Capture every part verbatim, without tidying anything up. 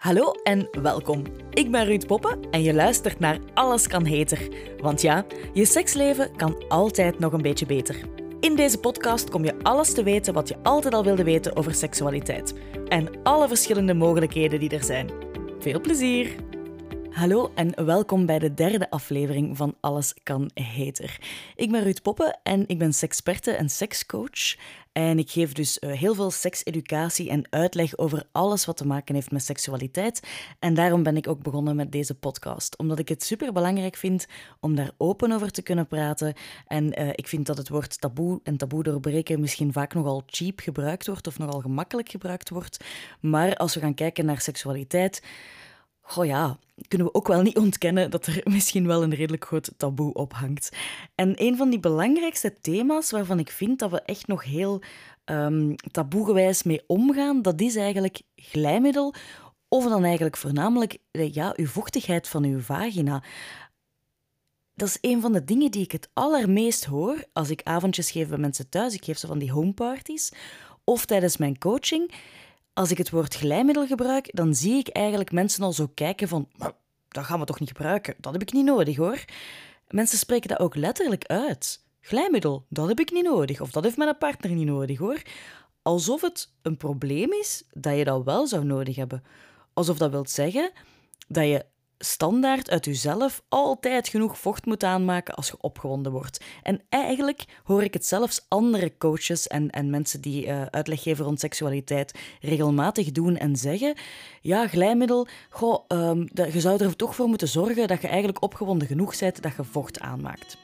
Hallo en welkom. Ik ben Ruud Poppe en je luistert naar Alles kan heter. Want ja, je seksleven kan altijd nog een beetje beter. In deze podcast kom je alles te weten wat je altijd al wilde weten over seksualiteit. En alle verschillende mogelijkheden die er zijn. Veel plezier! Hallo en welkom bij de derde aflevering van Alles kan heter. Ik ben Ruud Poppe en ik ben seksperte en sekscoach. En ik geef dus uh, heel veel sekseducatie en uitleg over alles wat te maken heeft met seksualiteit. En daarom ben ik ook begonnen met deze podcast. Omdat ik het superbelangrijk vind om daar open over te kunnen praten. En uh, ik vind dat het woord taboe en taboe doorbreken misschien vaak nogal cheap gebruikt wordt of nogal gemakkelijk gebruikt wordt. Maar als we gaan kijken naar seksualiteit... Goh ja, kunnen we ook wel niet ontkennen dat er misschien wel een redelijk groot taboe op hangt. En een van die belangrijkste thema's waarvan ik vind dat we echt nog heel um, taboegewijs mee omgaan, dat is eigenlijk glijmiddel, of dan eigenlijk voornamelijk ja, uw vochtigheid van uw vagina. Dat is een van de dingen die ik het allermeest hoor als ik avondjes geef bij mensen thuis. Ik geef ze van die homeparties, of tijdens mijn coaching. Als ik het woord glijmiddel gebruik, dan zie ik eigenlijk mensen al zo kijken van... Maar dat gaan we toch niet gebruiken? Dat heb ik niet nodig, hoor. Mensen spreken dat ook letterlijk uit. Glijmiddel, dat heb ik niet nodig. Of dat heeft mijn partner niet nodig, hoor. Alsof het een probleem is dat je dat wel zou nodig hebben. Alsof dat wil zeggen dat je standaard uit jezelf altijd genoeg vocht moet aanmaken als je opgewonden wordt. En eigenlijk hoor ik het zelfs andere coaches en, en mensen die uh, uitleg geven rond seksualiteit regelmatig doen en zeggen, ja, glijmiddel, goh, um, dat, je zou er toch voor moeten zorgen dat je eigenlijk opgewonden genoeg bent dat je vocht aanmaakt.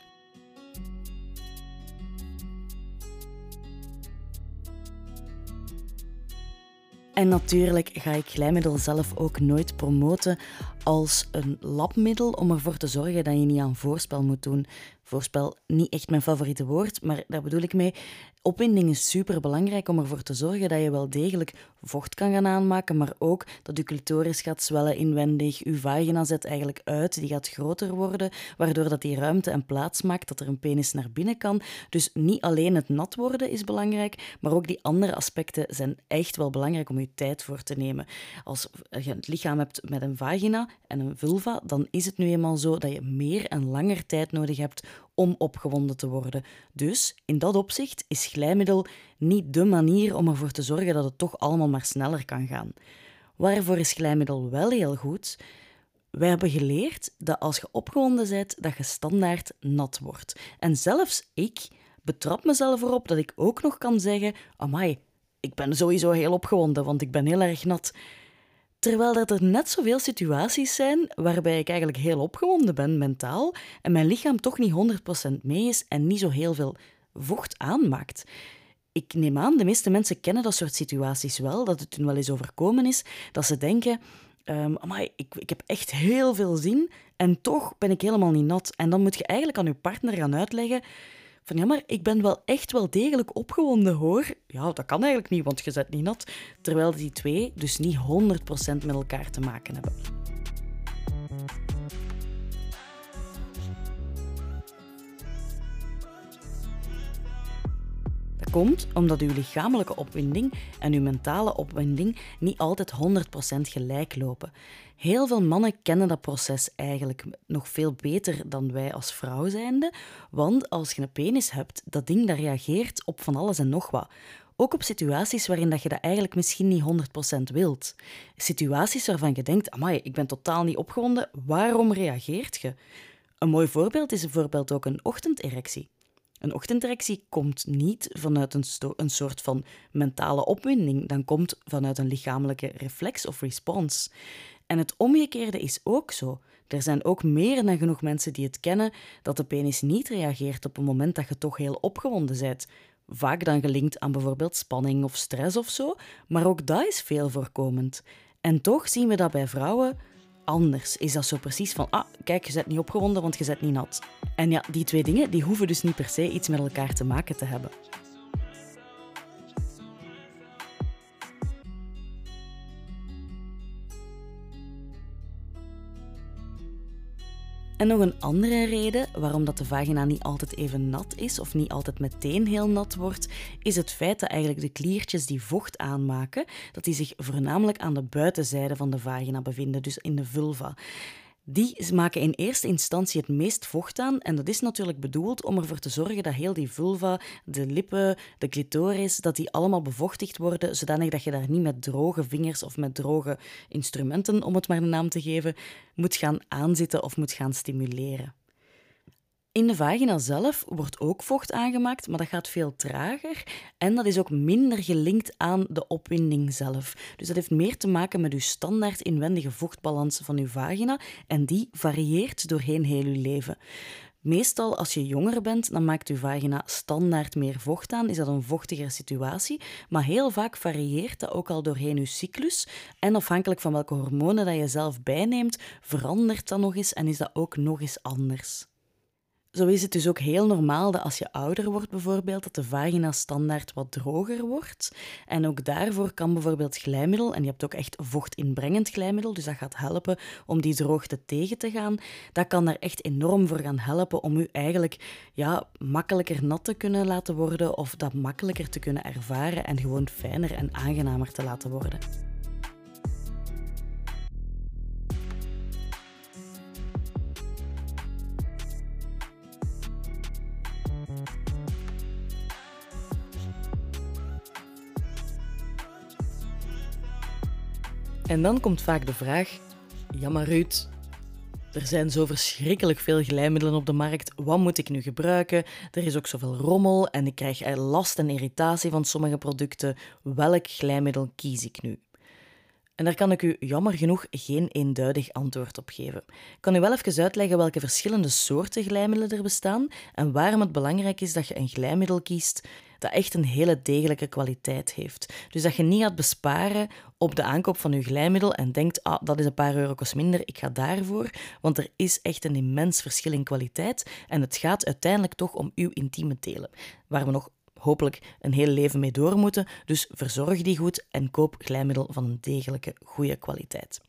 En natuurlijk ga ik glijmiddel zelf ook nooit promoten als een labmiddel om ervoor te zorgen dat je niet aan voorspel moet doen. Voorspel, niet echt mijn favoriete woord, maar daar bedoel ik mee. Opwinding is superbelangrijk om ervoor te zorgen dat je wel degelijk vocht kan gaan aanmaken, maar ook dat je clitoris gaat zwellen inwendig, je vagina zet eigenlijk uit, die gaat groter worden, waardoor dat die ruimte en plaats maakt dat er een penis naar binnen kan. Dus niet alleen het nat worden is belangrijk, maar ook die andere aspecten zijn echt wel belangrijk om je tijd voor te nemen. Als je het lichaam hebt met een vagina en een vulva, dan is het nu eenmaal zo dat je meer en langer tijd nodig hebt om opgewonden te worden. Dus in dat opzicht is glijmiddel niet dé manier om ervoor te zorgen dat het toch allemaal maar sneller kan gaan. Waarvoor is glijmiddel wel heel goed? Wij hebben geleerd dat als je opgewonden bent, dat je standaard nat wordt. En zelfs ik betrap mezelf erop dat ik ook nog kan zeggen, amai, ik ben sowieso heel opgewonden, want ik ben heel erg nat. Terwijl dat er net zoveel situaties zijn waarbij ik eigenlijk heel opgewonden ben mentaal en mijn lichaam toch niet honderd procent mee is en niet zo heel veel vocht aanmaakt. Ik neem aan, de meeste mensen kennen dat soort situaties wel, dat het hun wel eens overkomen is, dat ze denken, um, amai, ik, ik heb echt heel veel zin en toch ben ik helemaal niet nat. En dan moet je eigenlijk aan je partner gaan uitleggen van ja, maar ik ben wel echt wel degelijk opgewonden, hoor. Ja, dat kan eigenlijk niet, want je bent niet nat. Terwijl die twee dus niet honderd procent met elkaar te maken hebben. Dat komt omdat uw lichamelijke opwinding en uw mentale opwinding niet altijd honderd procent gelijk lopen. Heel veel mannen kennen dat proces eigenlijk nog veel beter dan wij als vrouw zijnde, want als je een penis hebt, dat ding dat reageert op van alles en nog wat. Ook op situaties waarin dat je dat eigenlijk misschien niet honderd procent wilt. Situaties waarvan je denkt, amai, ik ben totaal niet opgewonden, waarom reageert je? Een mooi voorbeeld is bijvoorbeeld ook een ochtenderectie. Een ochtenderectie komt niet vanuit een, sto- een soort van mentale opwinding, dan komt vanuit een lichamelijke reflex of response. En het omgekeerde is ook zo. Er zijn ook meer dan genoeg mensen die het kennen dat de penis niet reageert op het moment dat je toch heel opgewonden bent. Vaak dan gelinkt aan bijvoorbeeld spanning of stress of zo, maar ook dat is veel voorkomend. En toch zien we dat bij vrouwen anders. Is dat zo precies van, ah, kijk, je bent niet opgewonden, want je bent niet nat. En ja, die twee dingen die hoeven dus niet per se iets met elkaar te maken te hebben. En nog een andere reden waarom dat de vagina niet altijd even nat is of niet altijd meteen heel nat wordt, is het feit dat eigenlijk de kliertjes die vocht aanmaken, dat die zich voornamelijk aan de buitenzijde van de vagina bevinden, dus in de vulva. Die maken in eerste instantie het meest vocht aan en dat is natuurlijk bedoeld om ervoor te zorgen dat heel die vulva, de lippen, de clitoris, dat die allemaal bevochtigd worden, zodanig dat je daar niet met droge vingers of met droge instrumenten, om het maar een naam te geven, moet gaan aanzitten of moet gaan stimuleren. In de vagina zelf wordt ook vocht aangemaakt, maar dat gaat veel trager en dat is ook minder gelinkt aan de opwinding zelf. Dus dat heeft meer te maken met uw standaard inwendige vochtbalans van uw vagina en die varieert doorheen heel uw leven. Meestal als je jonger bent, dan maakt uw vagina standaard meer vocht aan, is dat een vochtigere situatie, maar heel vaak varieert dat ook al doorheen uw cyclus en afhankelijk van welke hormonen dat je zelf bijneemt, verandert dat nog eens en is dat ook nog eens anders. Zo is het dus ook heel normaal dat als je ouder wordt bijvoorbeeld, dat de vagina standaard wat droger wordt. En ook daarvoor kan bijvoorbeeld glijmiddel, en je hebt ook echt vochtinbrengend glijmiddel, dus dat gaat helpen om die droogte tegen te gaan. Dat kan daar echt enorm voor gaan helpen om u eigenlijk ja, makkelijker nat te kunnen laten worden of dat makkelijker te kunnen ervaren en gewoon fijner en aangenamer te laten worden. En dan komt vaak de vraag, ja maar Ruud, er zijn zo verschrikkelijk veel glijmiddelen op de markt, wat moet ik nu gebruiken? Er is ook zoveel rommel en ik krijg last en irritatie van sommige producten. Welk glijmiddel kies ik nu? En daar kan ik u jammer genoeg geen eenduidig antwoord op geven. Ik kan u wel even uitleggen welke verschillende soorten glijmiddelen er bestaan en waarom het belangrijk is dat je een glijmiddel kiest dat echt een hele degelijke kwaliteit heeft. Dus dat je niet gaat besparen op de aankoop van je glijmiddel en denkt, ah, dat is een paar eurokjes minder, ik ga daarvoor. Want er is echt een immens verschil in kwaliteit en het gaat uiteindelijk toch om uw intieme delen, waar we nog hopelijk een heel leven mee door moeten. Dus verzorg die goed en koop glijmiddel van een degelijke, goede kwaliteit.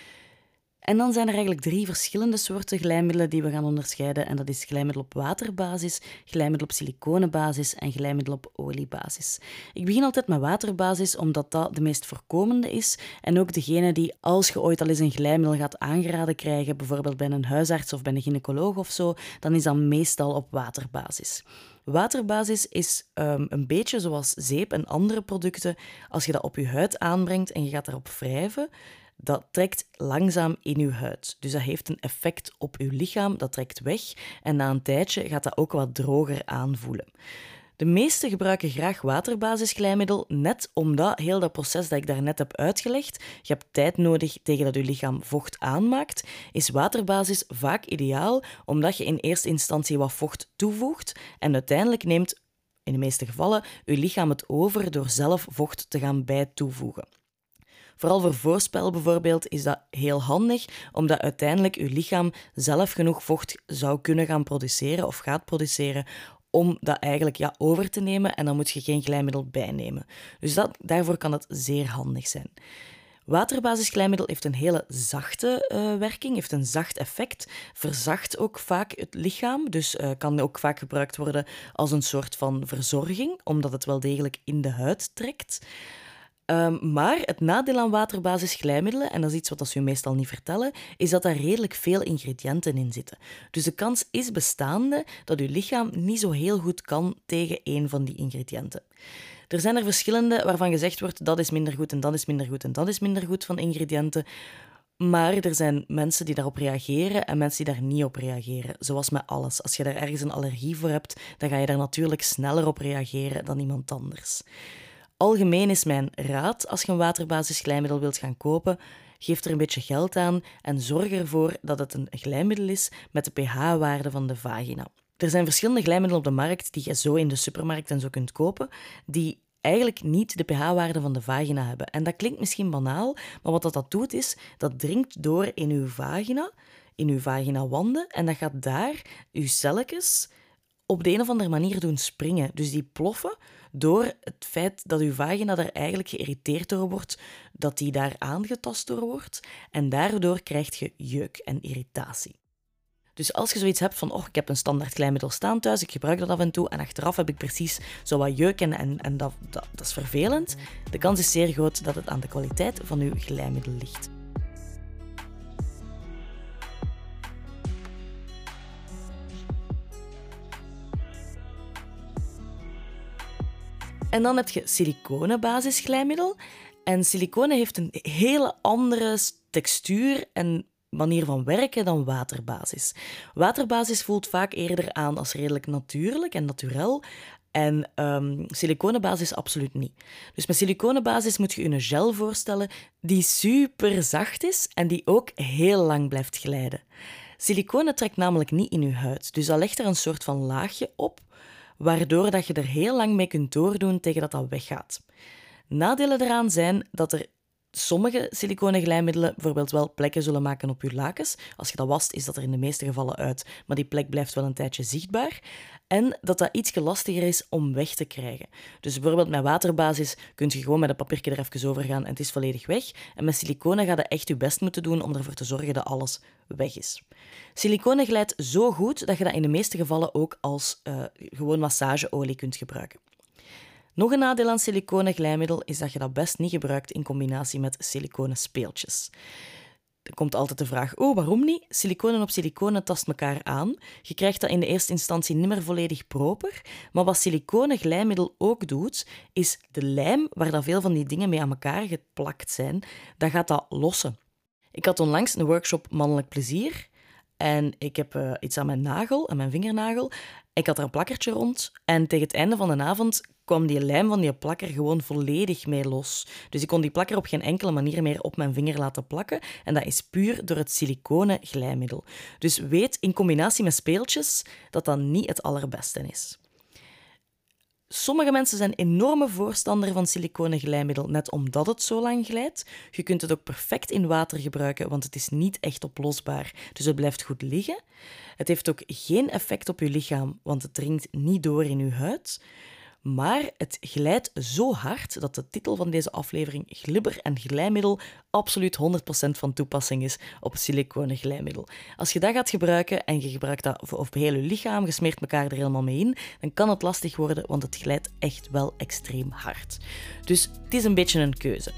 En dan zijn er eigenlijk drie verschillende soorten glijmiddelen die we gaan onderscheiden. En dat is glijmiddel op waterbasis, glijmiddel op siliconenbasis en glijmiddel op oliebasis. Ik begin altijd met waterbasis, omdat dat de meest voorkomende is. En ook degene die, als je ooit al eens een glijmiddel gaat aangeraden krijgen, bijvoorbeeld bij een huisarts of bij een gynaecoloog of zo, dan is dat meestal op waterbasis. Waterbasis is um, een beetje zoals zeep en andere producten. Als je dat op je huid aanbrengt en je gaat daarop wrijven, dat trekt langzaam in je huid. Dus dat heeft een effect op je lichaam, dat trekt weg en na een tijdje gaat dat ook wat droger aanvoelen. De meesten gebruiken graag waterbasisglijmiddel, net omdat heel dat proces dat ik daarnet heb uitgelegd, je hebt tijd nodig tegen dat je lichaam vocht aanmaakt, is waterbasis vaak ideaal, omdat je in eerste instantie wat vocht toevoegt en uiteindelijk neemt, in de meeste gevallen, je lichaam het over door zelf vocht te gaan bij toevoegen. Vooral voor voorspel bijvoorbeeld is dat heel handig, omdat uiteindelijk je lichaam zelf genoeg vocht zou kunnen gaan produceren of gaat produceren om dat eigenlijk ja, over te nemen en dan moet je geen glijmiddel bijnemen. Dus dat, daarvoor kan het zeer handig zijn. Waterbasisglijmiddel heeft een hele zachte uh, werking, heeft een zacht effect, verzacht ook vaak het lichaam, dus uh, kan ook vaak gebruikt worden als een soort van verzorging, omdat het wel degelijk in de huid trekt. Um, maar het nadeel aan waterbasisglijmiddelen, en dat is iets wat ze u meestal niet vertellen, is dat daar redelijk veel ingrediënten in zitten. Dus de kans is bestaande dat uw lichaam niet zo heel goed kan tegen één van die ingrediënten. Er zijn er verschillende waarvan gezegd wordt dat is minder goed en dat is minder goed en dat is minder goed van ingrediënten. Maar er zijn mensen die daarop reageren en mensen die daar niet op reageren. Zoals met alles. Als je daar ergens een allergie voor hebt, dan ga je daar natuurlijk sneller op reageren dan iemand anders. Algemeen is mijn raad, als je een waterbasisglijmiddel wilt gaan kopen, geef er een beetje geld aan en zorg ervoor dat het een glijmiddel is met de pH-waarde van de vagina. Er zijn verschillende glijmiddelen op de markt die je zo in de supermarkt en zo kunt kopen, die eigenlijk niet de pH-waarde van de vagina hebben. En dat klinkt misschien banaal, maar wat dat, dat doet is, dat dringt door in uw vagina, in uw vaginawanden, en dat gaat daar uw celletjes op de een of andere manier doen springen. Dus die ploffen door het feit dat uw vagina daar eigenlijk geïrriteerd door wordt, dat die daar aangetast door wordt, en daardoor krijg je jeuk en irritatie. Dus als je zoiets hebt van, oh, ik heb een standaard glijmiddel staan thuis, ik gebruik dat af en toe en achteraf heb ik precies zo wat jeuk en, en, en dat, dat, dat is vervelend, de kans is zeer groot dat het aan de kwaliteit van uw glijmiddel ligt. En dan heb je siliconenbasisglijmiddel. En siliconen heeft een hele andere textuur en manier van werken dan waterbasis. Waterbasis voelt vaak eerder aan als redelijk natuurlijk en naturel. En um, siliconenbasis absoluut niet. Dus met siliconenbasis moet je je een gel voorstellen die super zacht is en die ook heel lang blijft glijden. Siliconen trekt namelijk niet in je huid. Dus dat legt er een soort van laagje op, waardoor dat je er heel lang mee kunt doordoen tegen dat dat weggaat. Nadelen eraan zijn dat er sommige siliconen glijmiddelen bijvoorbeeld wel plekken zullen maken op je lakens. Als je dat wast, is dat er in de meeste gevallen uit, maar die plek blijft wel een tijdje zichtbaar. En dat dat iets lastiger is om weg te krijgen. Dus bijvoorbeeld met waterbasis kun je gewoon met een papiertje er even over gaan en het is volledig weg. En met siliconen ga je echt je best moeten doen om ervoor te zorgen dat alles weg is. Siliconen glijdt zo goed dat je dat in de meeste gevallen ook als uh, gewoon massageolie kunt gebruiken. Nog een nadeel aan siliconen glijmiddel is dat je dat best niet gebruikt in combinatie met siliconen speeltjes. Er komt altijd de vraag, oh, waarom niet? Siliconen op siliconen tast elkaar aan. Je krijgt dat in de eerste instantie niet meer volledig proper. Maar wat siliconen glijmiddel ook doet, is de lijm, waar dat veel van die dingen mee aan elkaar geplakt zijn, dat gaat dat lossen. Ik had onlangs een workshop mannelijk plezier en ik heb uh, iets aan mijn nagel, aan mijn vingernagel. Ik had er een plakkertje rond en tegen het einde van de avond kwam die lijm van die plakker gewoon volledig mee los. Dus ik kon die plakker op geen enkele manier meer op mijn vinger laten plakken en dat is puur door het siliconen glijmiddel. Dus weet in combinatie met speeltjes dat dat niet het allerbeste is. Sommige mensen zijn enorme voorstander van siliconen glijmiddel, net omdat het zo lang glijdt. Je kunt het ook perfect in water gebruiken, want het is niet echt oplosbaar. Dus het blijft goed liggen. Het heeft ook geen effect op je lichaam, want het dringt niet door in je huid. Maar het glijdt zo hard dat de titel van deze aflevering glibber en glijmiddel absoluut honderd procent van toepassing is op siliconen glijmiddel. Als je dat gaat gebruiken en je gebruikt dat op heel je lichaam, je smeert elkaar er helemaal mee in, dan kan het lastig worden, want het glijdt echt wel extreem hard. Dus het is een beetje een keuze.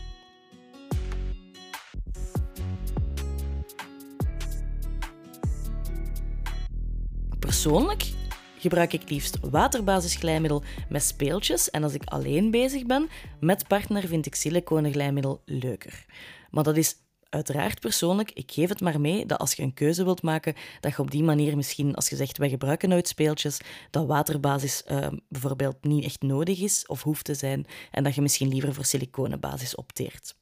Persoonlijk gebruik ik liefst waterbasis glijmiddel met speeltjes en als ik alleen bezig ben met partner vind ik siliconen glijmiddel leuker. Maar dat is uiteraard persoonlijk. Ik geef het maar mee dat als je een keuze wilt maken, dat je op die manier misschien, als je zegt wij gebruiken nooit speeltjes, dat waterbasis uh, bijvoorbeeld niet echt nodig is of hoeft te zijn en dat je misschien liever voor siliconenbasis opteert.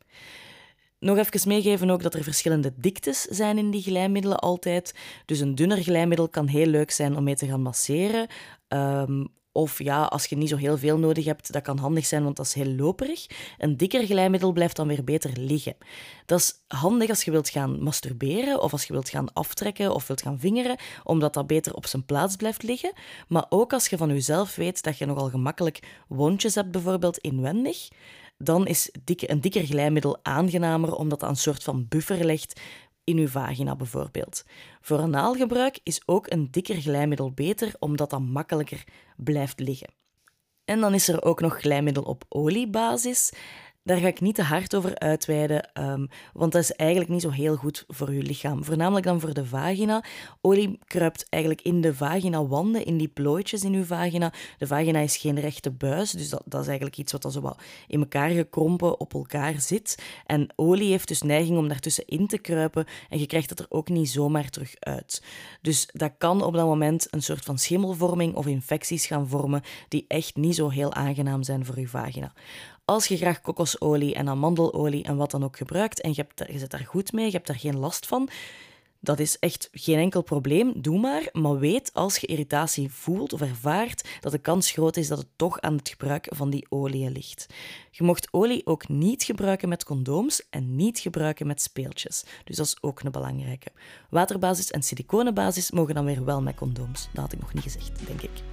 Nog even meegeven ook dat er verschillende diktes zijn in die glijmiddelen altijd. Dus een dunner glijmiddel kan heel leuk zijn om mee te gaan masseren. Um, of ja, als je niet zo heel veel nodig hebt, dat kan handig zijn, want dat is heel loperig. Een dikker glijmiddel blijft dan weer beter liggen. Dat is handig als je wilt gaan masturberen of als je wilt gaan aftrekken of wilt gaan vingeren, omdat dat beter op zijn plaats blijft liggen. Maar ook als je van jezelf weet dat je nogal gemakkelijk wondjes hebt, bijvoorbeeld inwendig, dan is een dikker glijmiddel aangenamer, omdat dat een soort van buffer legt in uw vagina bijvoorbeeld. Voor anaalgebruik is ook een dikker glijmiddel beter, omdat dat makkelijker blijft liggen. En dan is er ook nog glijmiddel op oliebasis. Daar ga ik niet te hard over uitweiden, um, want dat is eigenlijk niet zo heel goed voor je lichaam. Voornamelijk dan voor de vagina. Olie kruipt eigenlijk in de vaginawanden, in die plooitjes in je vagina. De vagina is geen rechte buis, dus dat, dat is eigenlijk iets wat dan zo wat in elkaar gekrompen op elkaar zit. En olie heeft dus neiging om daartussen in te kruipen en je krijgt het er ook niet zomaar terug uit. Dus dat kan op dat moment een soort van schimmelvorming of infecties gaan vormen die echt niet zo heel aangenaam zijn voor je vagina. Als je graag kokosolie en amandelolie en wat dan ook gebruikt en je, hebt, je zit daar goed mee, je hebt daar geen last van, dat is echt geen enkel probleem, doe maar. Maar weet als je irritatie voelt of ervaart dat de kans groot is dat het toch aan het gebruik van die oliën ligt. Je mocht olie ook niet gebruiken met condooms en niet gebruiken met speeltjes. Dus dat is ook een belangrijke. Waterbasis en siliconenbasis mogen dan weer wel met condooms. Dat had ik nog niet gezegd, denk ik.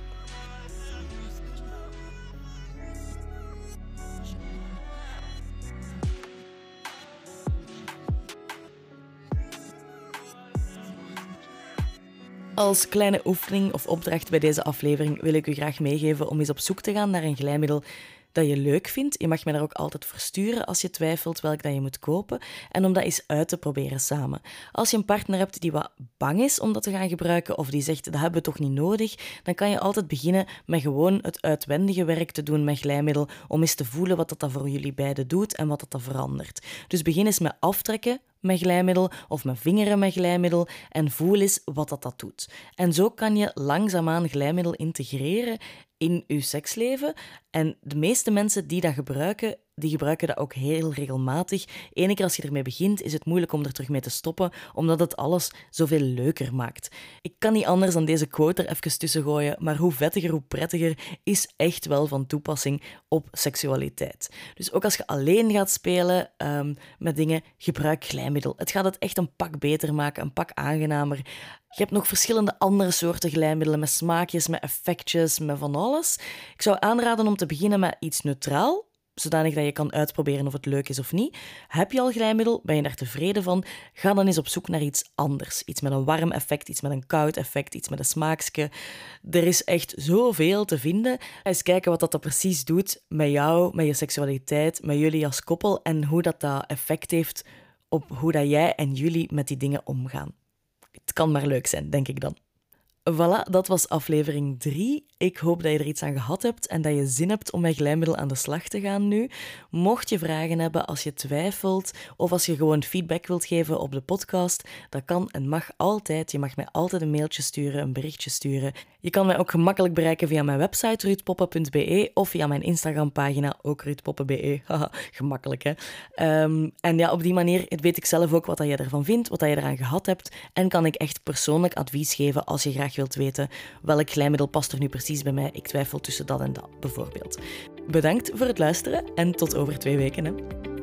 Als kleine oefening of opdracht bij deze aflevering wil ik u graag meegeven om eens op zoek te gaan naar een glijmiddel dat je leuk vindt. Je mag me daar ook altijd versturen als je twijfelt welk dat je moet kopen en om dat eens uit te proberen samen. Als je een partner hebt die wat bang is om dat te gaan gebruiken of die zegt dat hebben we toch niet nodig, dan kan je altijd beginnen met gewoon het uitwendige werk te doen met glijmiddel om eens te voelen wat dat, dat voor jullie beiden doet en wat dat, dat verandert. Dus begin eens met aftrekken met glijmiddel of met vingeren met glijmiddel en voel eens wat dat, dat doet. En zo kan je langzaamaan glijmiddel integreren in je seksleven. En de meeste mensen die dat gebruiken, die gebruiken dat ook heel regelmatig. Eén keer als je ermee begint, is het moeilijk om er terug mee te stoppen, omdat het alles zoveel leuker maakt. Ik kan niet anders dan deze quote er even tussen gooien, maar hoe vettiger, hoe prettiger is echt wel van toepassing op seksualiteit. Dus ook als je alleen gaat spelen um, met dingen, gebruik glijmiddel. Het gaat het echt een pak beter maken, een pak aangenamer. Je hebt nog verschillende andere soorten glijmiddelen met smaakjes, met effectjes, met van alles. Ik zou aanraden om te beginnen met iets neutraal, zodanig dat je kan uitproberen of het leuk is of niet. Heb je al glijmiddel? Ben je daar tevreden van? Ga dan eens op zoek naar iets anders. Iets met een warm effect, iets met een koud effect, iets met een smaakje. Er is echt zoveel te vinden. Eens kijken wat dat, dat precies doet met jou, met je seksualiteit, met jullie als koppel en hoe dat, dat effect heeft op hoe dat jij en jullie met die dingen omgaan. Het kan maar leuk zijn, denk ik dan. Voilà, dat was aflevering drie. Ik hoop dat je er iets aan gehad hebt en dat je zin hebt om met glijmiddel aan de slag te gaan nu. Mocht je vragen hebben, als je twijfelt of als je gewoon feedback wilt geven op de podcast, dat kan en mag altijd. Je mag mij altijd een mailtje sturen, een berichtje sturen. Je kan mij ook gemakkelijk bereiken via mijn website ruudpoppen punt b e of via mijn Instagram-pagina, ook ruudpoppen punt b e. Haha, gemakkelijk hè. Um, en ja, op die manier weet ik zelf ook wat dat je ervan vindt, wat dat je eraan gehad hebt en kan ik echt persoonlijk advies geven als je graag wilt weten welk glijmiddel past er nu precies bij mij. Ik twijfel tussen dat en dat, bijvoorbeeld. Bedankt voor het luisteren en tot over twee weken. Hè.